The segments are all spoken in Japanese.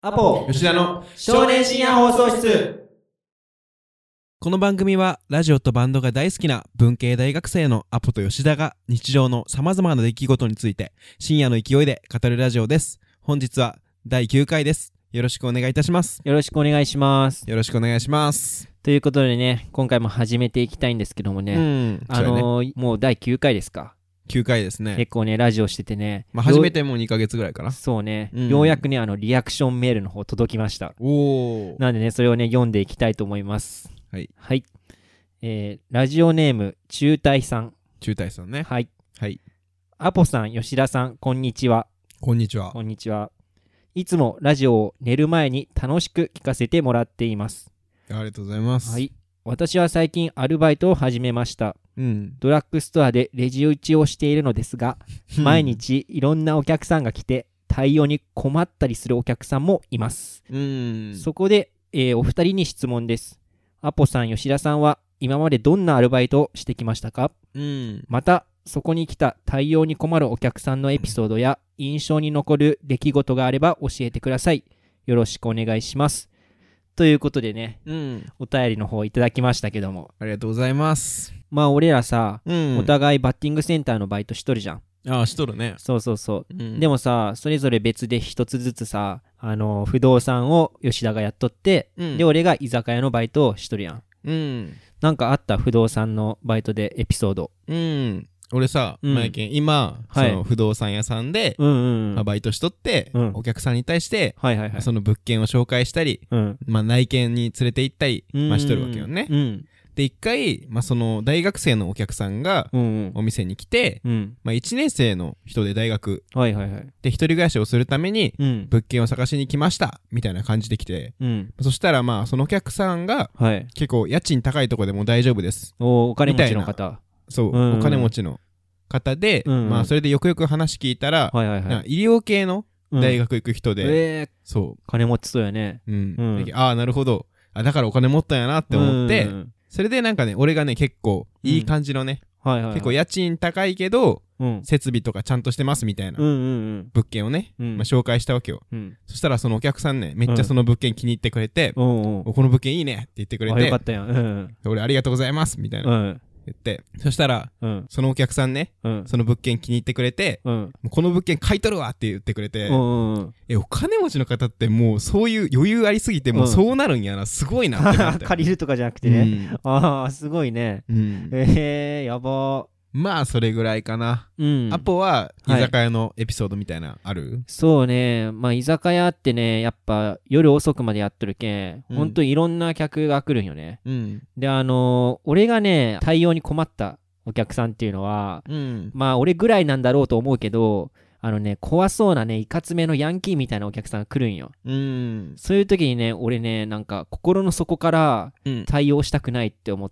アポ吉田の少年深夜放送室。 この番組はラジオとバンドが大好きな文系大学生のアポと吉田が日常の様々な出来事について深夜の勢いで語るラジオです。本日は第9回です。よろしくお願いいたします。 よろしくお願いします。 よろしくお願いします。 ということでね、今回も始めていきたいんですけどもね、もう第9回ですか。 9回ですね。 結構ねラジオしててね、 始めてもう2ヶ月ぐらいかな。 そうね、ようやくねリアクションメールの方届きました。なんでねそれをね読んでいきたいと思います。 はい、 はい。ラジオネーム中隊さん。 中隊さんね。 はいはい。 アポさん、吉田さん、こんにちは。 こんにちは。 こんにちは。いつもラジオを寝る前に楽しく聞かせてもらっています。 ありがとうございます。 はい。私は最近アルバイトを始めました。ドラッグストアでレジ打ちをしているのですが、毎日いろんなお客さんが来て対応に困ったりするお客さんもいます。そこで、お二人に質問です。アポさん、吉田さんは今までどんなアルバイトをしてきましたか？またそこに来た対応に困るお客さんのエピソードや印象に残る出来事があれば教えてください。よろしくお願いします。ということでね、お便りの方いただきましたけども、 ありがとうございます。 まあ俺らさ、お互いバッティングセンターのバイトしとるじゃん。 ああ、しとるね。 そうそうそう、でもさ、それぞれ別で一つずつさ、不動産を吉田がやっとって、で俺が居酒屋のバイトをしとるやん。なんかあった？不動産のバイトでエピソード。 俺さ、今、その不動産屋さんで、バイトしとって、お客さんに対して、その物件を紹介したり、内見に連れて行ったり、しとるわけよね。で、一回、その大学生のお客さんがお店に来て、1年生の人で大学で一人暮らしをするために物件を探しに来ましたみたいな感じで来て、そしたらそのお客さんが結構家賃高いとこでも大丈夫です。 お金持ちの方。 そう、お金持ちの方で、それでよくよく話聞いたら、医療系の大学行く人で、そう金持ちそうやね。 ああ、なるほど。だからお金持ったんやなって思って、それでなんかね、俺がね、結構いい感じのね、結構家賃高いけど、設備とかちゃんとしてますみたいな物件をね、紹介したわけよ。そしたらそのお客さんね、めっちゃその物件気に入ってくれて、この物件いいねって言ってくれて、 よかったやん。 俺ありがとうございますみたいな言って、そしたらそのお客さんね、その物件気に入ってくれて、この物件買い取るわって言ってくれて、お金持ちの方ってもうそういう余裕ありすぎて、もうそうなるんやな、すごいなって思って。 借りるとかじゃなくてね。ああ、すごいね。やば。 まあそれぐらいかな。アポは居酒屋のエピソードみたいなある？ そうね、居酒屋ってね、やっぱ夜遅くまでやっとるけん、ほんといろんな客が来るんよね。で、俺がね対応に困ったお客さんっていうのは、俺ぐらいなんだろうと思うけど、怖そうなね、いかつめのヤンキーみたいなお客さんが来るんよ。そういう時にね、俺ね、なんか心の底から対応したくないって思って、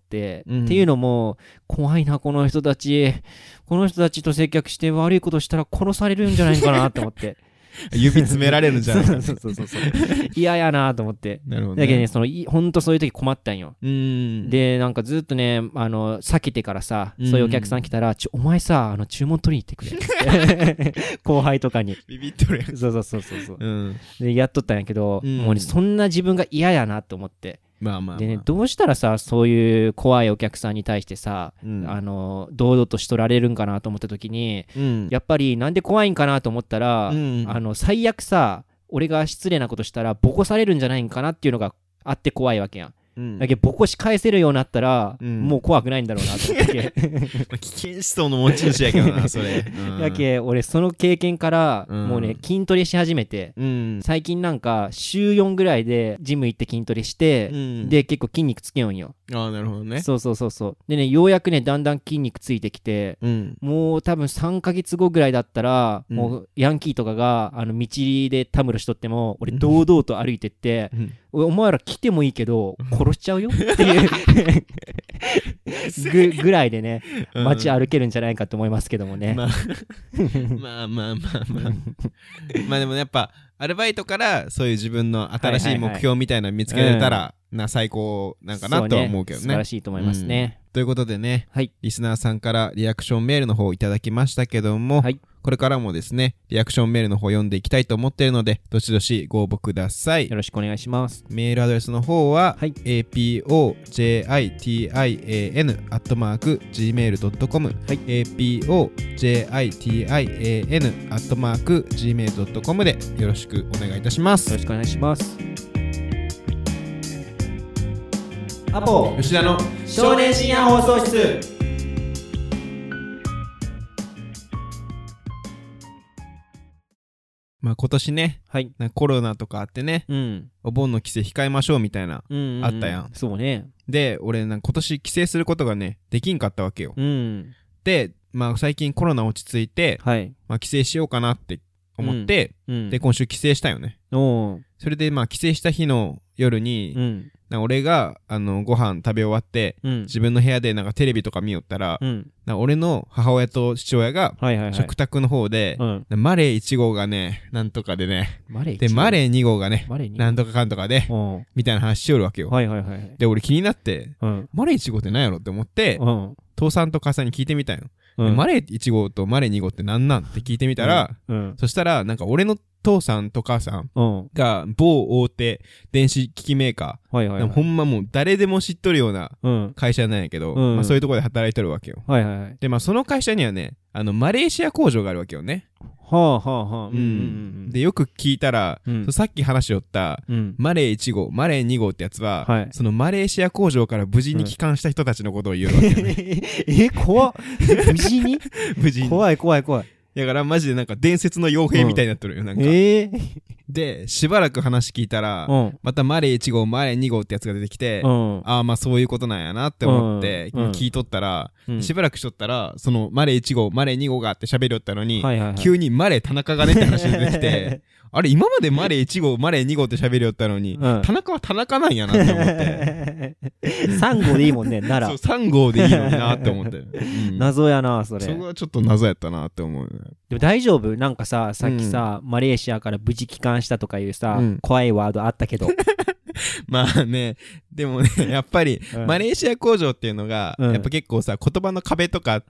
っていうのも、怖いな、この人たちと接客して悪いことしたら殺されるんじゃないかなって思って。 指詰められるんじゃないか。 そう嫌やなと思って。だけどね、ほんとそういう時困ったんよ。で、なんかずっとね、避けてからさ、そういうお客さん来たら、お前さ、注文取りに行ってくれ。後輩とかに。 ビビっとるやん。 そう。で、やっとったんやけど、もうね、そんな自分が嫌やなと思って。でね、どうしたらさ、そういう怖いお客さんに対してさ、堂々としとられるんかなと思った時に、やっぱりなんで怖いんかなと思ったら、最悪さ、俺が失礼なことしたらボコされるんじゃないんかなっていうのがあって怖いわけやん。だけどボコし返せるようになったら、もう怖くないんだろうなと思って危険思想の持ち主やけどなそれ。 やけ俺その経験から、もうね筋トレし始めて、最近なんか週4ぐらいでジム行って筋トレして、で結構筋肉つけよんよ。 ああ、なるほどね。 そうでね、ようやくねだんだん筋肉ついてきて、もう多分3ヶ月後ぐらいだったら、もうヤンキーとかが道でたむろしとっても俺堂々と歩いてって、お前ら来てもいいけど殺しちゃうよっていうぐらいでね、街歩けるんじゃないかと思いますけどもね。 まあでもやっぱアルバイトからそういう自分の新しい目標みたいなの見つけれたら最高なんかなとは思うけどね。 素晴らしいと思いますね。 ということでね、リスナーさんからリアクションメールの方をいただきましたけども、 これからもですね、リアクションメールの方読んでいきたいと思っているので、どしどしご応募ください。 よろしくお願いします。 メールアドレスの方は、はい、apojitan@gmail.com、はい、apojitan@gmail.com でよろしくお願いいたします。 よろしくお願いします。アポ吉田の少年深夜放送室。 まあ今年ね、はい、コロナとかあってね、お盆の帰省控えましょうみたいな、あったやん。 そうね。 で、俺今年帰省することがね、できんかったわけよ。で、まあ最近コロナ落ち着いて、はい、まあ帰省しようかなって思って、で、今週帰省したよね。それでまあ帰省した日の夜に、俺がご飯食べ終わって、自分の部屋でなんかテレビとか見よったら、俺の母親と父親が食卓の方で、マレー1号がねなんとかでね、でマレー2号がねなんとかかんとかでみたいな話しよるわけよ。で俺気になって、マレー1号って何やろって思って、父さんと母さんに聞いてみたんよ。マレー1号とマレー2号って何なんって聞いてみたら、そしたらなんか俺の父さんと母さんが某大手電子機器メーカー、ほんまもう誰でも知っとるような会社なんやけど、まあ、そういうところで働いとるわけよ。でまあその会社にはねマレーシア工場があるわけよね。でよく聞いたら、さっき話しよった、マレー1号マレー2号ってやつは、そのマレーシア工場から無事に帰還した人たちのことを言うわけよね。 怖っ。無事に無事に。 怖い。 だからマジでなんか伝説の傭兵みたいになってるよ、なんか。で、しばらく話聞いたら、またマレー1号、マレー2号ってやつが出てきて、ああまあそういうことなんやなって思って、聞いとったら、しばらくしとったら、そのマレー1号、マレー2号がって喋りよったのに、急にマレー田中がねって話が出てきて、あれ今までマレー1号、マレー2号って喋りよったのに、田中は田中なんやなって思って。 3号でいいもんね、なら。 そう、3号でいいのになって思って。 謎やな、それ。 そこはちょっと謎やったなって思う。 でも大丈夫？なんかさ、さっきさ、マレーシアから無事帰還したとかいうさ、怖いワードあったけど。 まあね、でもね、やっぱり、マレーシア工場っていうのが、やっぱ結構さ、言葉の壁とかあって、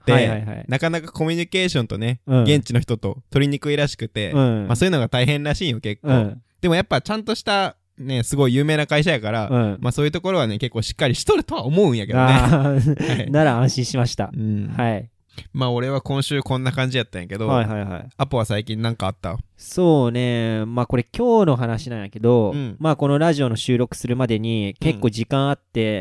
なかなかコミュニケーションとね、現地の人と取りにくいらしくて、まあそういうのが大変らしいよ、結構。でもやっぱちゃんとした、ね、すごい有名な会社やから、まあそういうところはね、結構しっかりしとるとは思うんやけどね。 なら安心しました。はい。 まあ俺は今週こんな感じやったんやけど、アポは最近なんかあった？ そうね、まあこれ今日の話なんやけど、まあこのラジオの収録するまでに結構時間あって、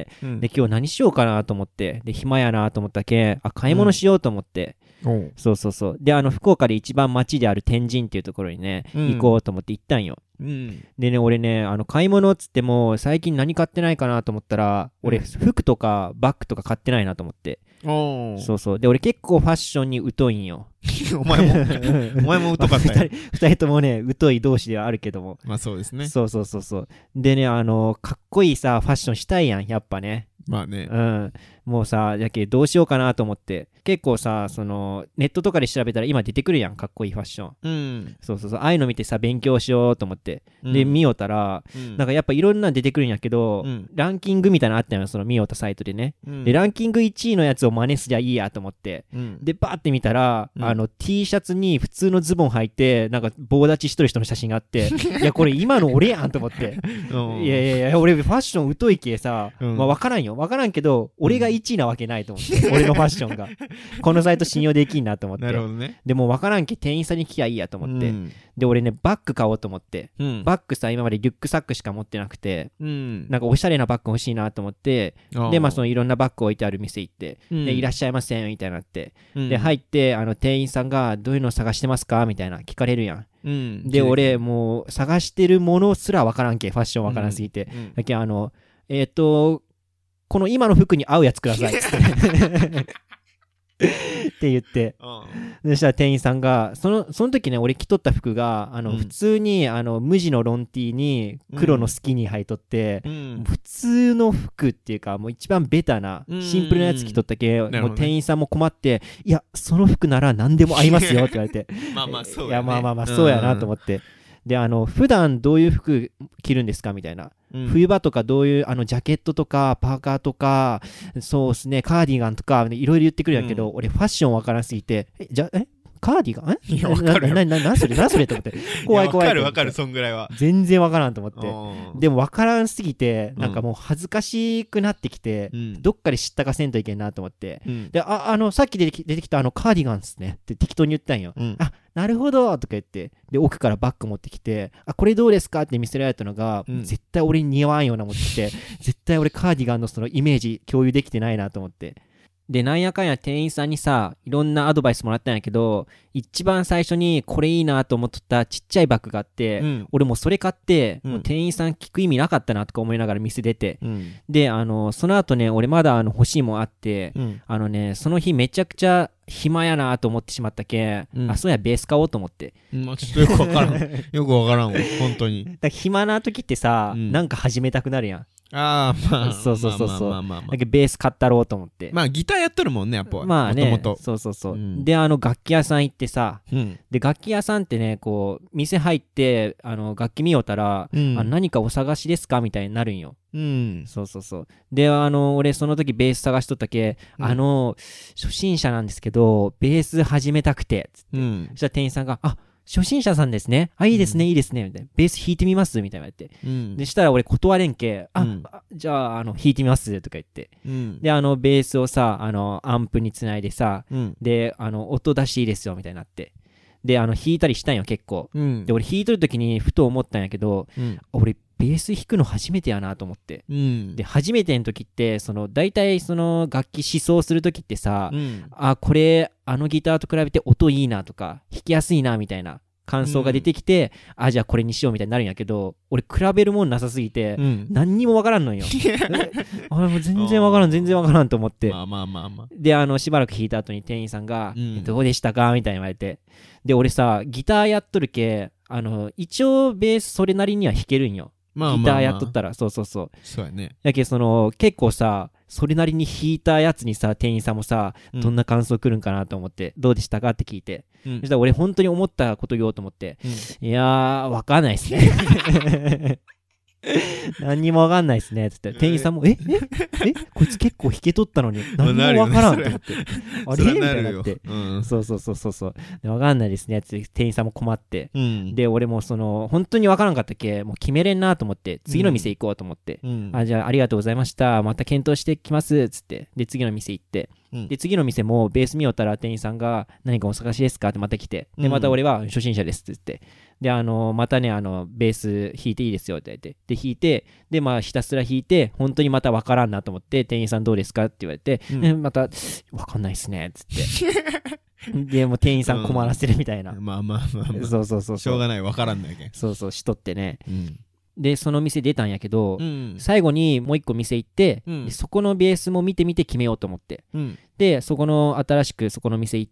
で今日何しようかなと思って、で暇やなと思ったけ、買い物しようと思って、そうで福岡で一番街である天神っていうところにね、行こうと思って行ったんよ。でね、俺ね買い物っつっても最近何買ってないかなと思ったら、俺服とかバッグとか買ってないなと思って。そうで俺結構ファッションに疎いんよ。 お前も疎かったよ。 二人ともね疎い同士ではあるけども、 まあそうですね。 そうでね、かっこいいさファッションしたいやん、やっぱね。 まあね、 もうさ、だけどどうしようかなと思って、結構さ、そのネットとかで調べたら今出てくるやん、かっこいいファッション。そうああいうの見てさ、勉強しようと思って、で見よったら、なんかやっぱいろんなの出てくるんやけど、ランキングみたいなのあったよ、その見よったサイトでね。でランキング1位のやつを真似すりゃいいやと思って、でバーって見たら、T シャツに普通のズボン履いてなんか棒立ちしとる人の写真があって、いやこれ今の俺やんと思って。いや俺ファッション疎いけさ、まあ分からんけど、俺が1位なわけないと思って、俺のファッションがこのサイト信用できんなと思って。 なるほどね。 でも分からんけ店員さんに聞きゃいいやと思って、で俺ねバッグ買おうと思って、バッグさ今までリュックサックしか持ってなくて、なんかおしゃれなバッグ欲しいなと思って、でまあそのいろんなバッグ置いてある店行って、でいらっしゃいませみたいになって、で入って店員さんがどういうの探してますかみたいな聞かれるやん。で俺もう探してるものすら分からんけ、ファッション分からんすぎて、だけこの今の服に合うやつくださいって言って、そしたら店員さんがその時ね、俺着とった服が普通に無地のロンティーに黒のスキニー履いとって、普通の服っていうかもう一番ベタなシンプルなやつ着とったけ、もう店員さんも困って、いやその服なら何でも合いますよって言われてまあまあそうやね。 いやまあそうやなと思って、で普段どういう服着るんですかみたいな、冬場とかどういうジャケットとかパーカーとか、そうですねカーディガンとかいろいろ言ってくるんやけど、俺ファッションわからんすぎて、 カーディガン？ いや、わかるよ。 何それと思って。怖い。 わかる、そんぐらいは。 全然わからんと思って。でもわからんすぎて、なんかもう恥ずかしくなってきて、どっかで知ったかせんといけんなと思って。で、さっき出てきたカーディガンっすねって適当に言ったんよ。なるほどとか言って、で、奥からバッグ持ってきて、これどうですかって見せられたのが、絶対俺に似合わんような思ってきて、絶対俺カーディガンのそのイメージ共有できてないなと思って。で、なんやかんや店員さんにさ、いろんなアドバイスもらったんやけど、一番最初にこれいいなと思っとったちっちゃいバッグがあって、俺もうそれ買って、もう店員さん聞く意味なかったなとか思いながら店出て、で、その後ね、俺まだ欲しいもんあって、その日めちゃくちゃ暇やなと思ってしまったけん、そうやベース買おうと思って。 ちょっとよくわからん。よくわからんわ、本当に。 だから暇な時ってさ、なんか始めたくなるやん。 まあそう。だけどベース買ったろうと思って。 まあギターやっとるもんね、やっぱ。 まあね。 もともと。 そう。で、楽器屋さん行ってさ、で、楽器屋さんってね、こう、店入って、楽器見よったら、何かお探しですかみたいになるんよ。そう。で、俺その時ベース探しとったけ、初心者なんですけど、ベース始めたくて、つって。そしたら店員さんが、初心者さんですね。いいですね、みたいな。ベース弾いてみますみたいな言って。で、したら俺断れんけ、じゃあ、弾いてみますとか言って。で、ベースをさ、アンプにつないでさ、で、音出しいいですよ、みたいになって。で、弾いたりしたんよ、結構。で、俺弾いとる時にふと思ったんやけど、俺、ベース弾くの初めてやなと思って。で、初めての時って、大体楽器試奏する時ってさ、これ、ギターと比べて音いいなとか、弾きやすいなみたいな感想が出てきて、じゃあこれにしようみたいになるんやけど、俺比べるもんなさすぎて、何にもわからんのよ。もう全然わからんと思って。で、しばらく弾いた後に店員さんが、どうでしたかみたいに言われて。で、俺さ、ギターやっとるけ、一応ベースそれなりには弾けるんよ。ギターやっとったら、そう。 そうやね。 だけど結構さ、それなりに弾いたやつにさ、店員さんもさ、どんな感想来るんかなと思って、どうでしたかって聞いて。そしたら俺本当に思ったこと言おうと思って、いやー、わかんないっすね。何にもわかんないっすね。つって、店員さんも、こいつ結構弾けとったのに、何もわからんと思って。あれみたいになって。そう。わかんないですね。つって店員さんも困って。で、俺も本当にわからんかったっけ、もう決めれんなと思って、次の店行こうと思って。じゃあありがとうございました。また検討してきます。つって。で、次の店行って。で、次の店もベース見よったら店員さんが何かお探しですかってまた来て。で、また俺は初心者ですって言って。で、またね、ベース弾いていいですよって言われて。で、弾いて、で、まあ、ひたすら弾いて、本当にまたわからんなと思って、店員さんどうですかって言われて、また、わかんないっすね、つって。で、もう店員さん困らせるみたいな。 まあ。 そう。 しょうがない、わからんだけ。 そう、しとってね。で、その店出たんやけど、最後にもう一個店行って、そこのベースも見て決めようと思って。で、新しくそこの店行って、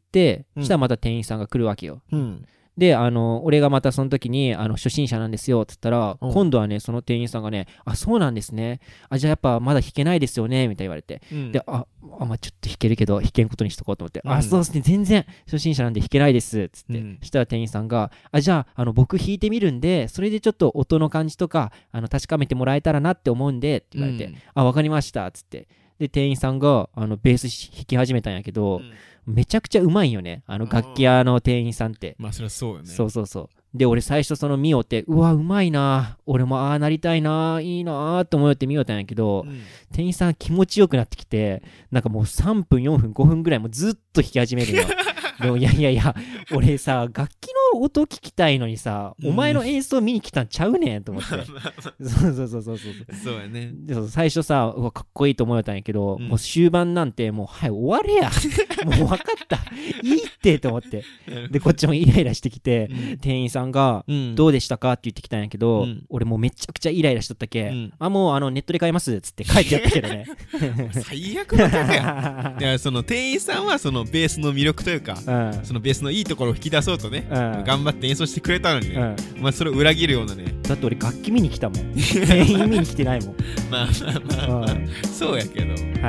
そしたらまた店員さんが来るわけよ。で、俺がまたその時に、初心者なんですよ、って言ったら、今度はね、その店員さんがね、そうなんですね。じゃあやっぱまだ弾けないですよね、みたいに言われて。で、まあちょっと弾けるけど、弾けんことにしとこうと思って、そうですね、全然初心者なんで弾けないです、つって。そしたら店員さんが、じゃあ、僕弾いてみるんで、それでちょっと音の感じとか、確かめてもらえたらなって思うんで、って言われて、わかりました、つって。で、店員さんが、ベース弾き始めたんやけど、めちゃくちゃうまいよね。楽器屋の店員さんって。 まあ、そりゃそうよね。 そう。で、俺最初見よって、うわ、うまいな。俺もなりたいな。いいなと思って見よったんやけど、店員さん気持ちよくなってきて、なんかもう3分、4分、5分ぐらいもうずっと弾き始めるよ。でもいや、俺さ、楽器の音聞きたいのにさ、お前の演奏見に来たんちゃうねんと思って。そう。 そうやね。 で最初さ、うわ、かっこいいと思ったんやけど、もう終盤なんて、もう、はい、終われや。もう分かった。いいってと思って。で、こっちもイライラしてきて、店員さんが、どうでしたかって言ってきたんやけど、俺もうめちゃくちゃイライラしとったけ、もうネットで買いますっつって書いてやったけどね。 最悪の客や。いや、その店員さんはそのベースの魅力というか、そのベースのいいところを引き出そうとね、頑張って演奏してくれたのにね、お前それを裏切るようなね。 だって俺楽器見に来たもん。店員見に来てないもん。 まあ、そうやけど。 はい。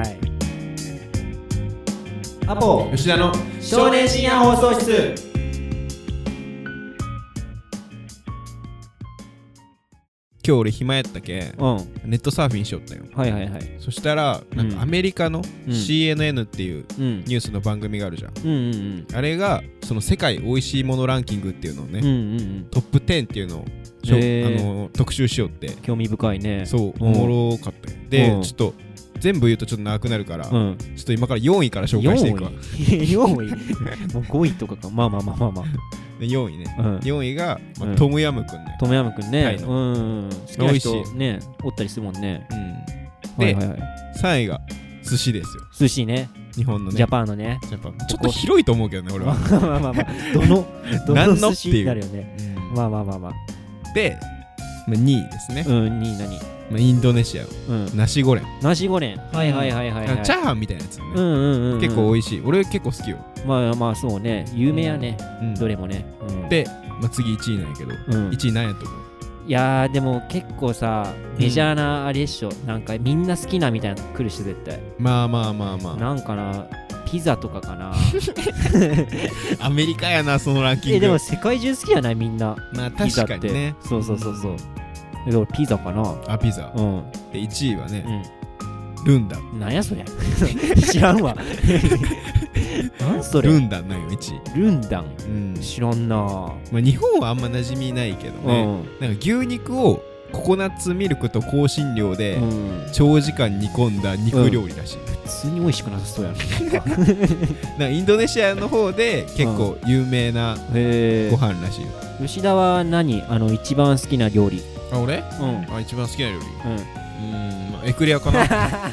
アポ吉田の少年深夜放送室。 今日俺暇やったけん、ネットサーフィンしよったよ。 はいはいはい。 そしたらなんかアメリカの CNN っていうニュースの番組があるじゃん。あれがその世界おいしいものランキングっていうのをね、トップ10っていうのを特集しよって。 興味深いね。 そう、おもろかったよ。で、ちょっと全部言うとちょっと長くなるから、ちょっと今から4位から紹介していくわ。 4位もう5位とかか。まあで4位ね、4位が、トムヤムくんね。 トムヤムくんね。好きな人ねおったりするもんね。 で、3位が寿司ですよ。 寿司ね。 日本のね。 ジャパンのね。 ちょっと広いと思うけどね、俺は。 どの寿司になるよね。まあ。で、 2位ですね。 2位何？ インドネシア、ナシゴレン。 ナシゴレン。はい。 チャーハンみたいなやつね。結構美味しい。俺結構好きよ。 まあそうね。有名やね。どれもね。 で、次1位なんやけど、1位何やと思う？ いやーでも結構さ、メジャーなあれでしょ。なんかみんな好きなみたいなの来るし絶対。 まあ。 なんかな、ピザとかかな。 アメリカやな、そのランキング。 でも世界中好きやないみんな。 まあ確かにね。 そう。だからピザかな。 あ、ピザ。で、1位はね、ルンダン。 なんやそれ。知らんわ。なんそれ。 ルンダンなんよ、1位。 ルンダン。知らんな。 まあ日本はあんま馴染みないけどね。なんか牛肉をココナッツミルクと香辛料で長時間煮込んだ肉料理らしい。 普通に美味しくなさそうやな。 なんかインドネシアの方で結構有名なご飯らしいよ。 吉田は何？一番好きな料理。 あ、俺？一番好きな料理。エクレアかな。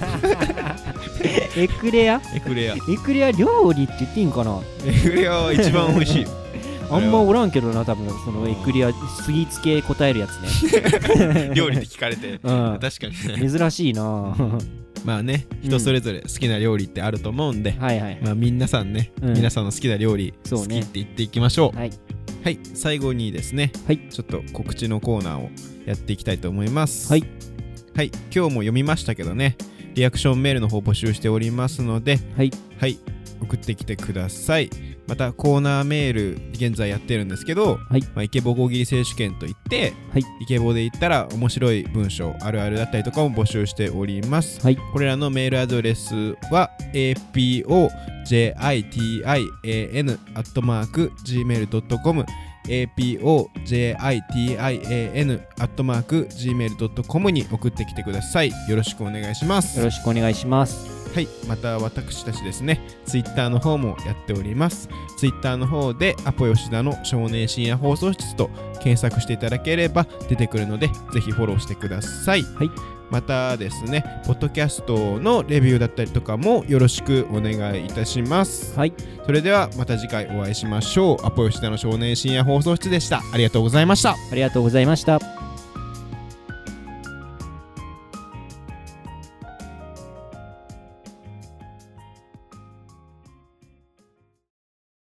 エクレア料理って言っていいんかな。 エクレアは一番美味しい。 あんまおらんけどな、多分そのエクレアスイーツ系答えるやつね。 料理って聞かれて、確かにね。 珍しいな。 まあね、人それぞれ好きな料理ってあると思うんで、まあ皆さんね、皆さんの好きな料理好きって言っていきましょう。はい、最後にですね、ちょっと告知のコーナーをやっていきたいと思います。はい、今日も読みましたけどね、リアクションメールの方募集しておりますので、送ってきてください。またコーナーメール現在やってるんですけど、イケボ大喜利選手権といって、イケボで言ったら面白い文章あるあるだったりとかも募集しております。これらのメールアドレスは apojitan@gmail.com apojitan@gmail.com に送ってきてください。よろしくお願いします。 よろしくお願いします。 また私たちですね、ツイッターの方もやっております。ツイッターの方でアポ吉田の少年深夜放送室と検索していただければ出てくるので、ぜひフォローしてください。またですね、ポッドキャストのレビューだったりとかもよろしくお願いいたします。それではまた次回お会いしましょう。アポ吉田の少年深夜放送室でした。ありがとうございました。 ありがとうございました。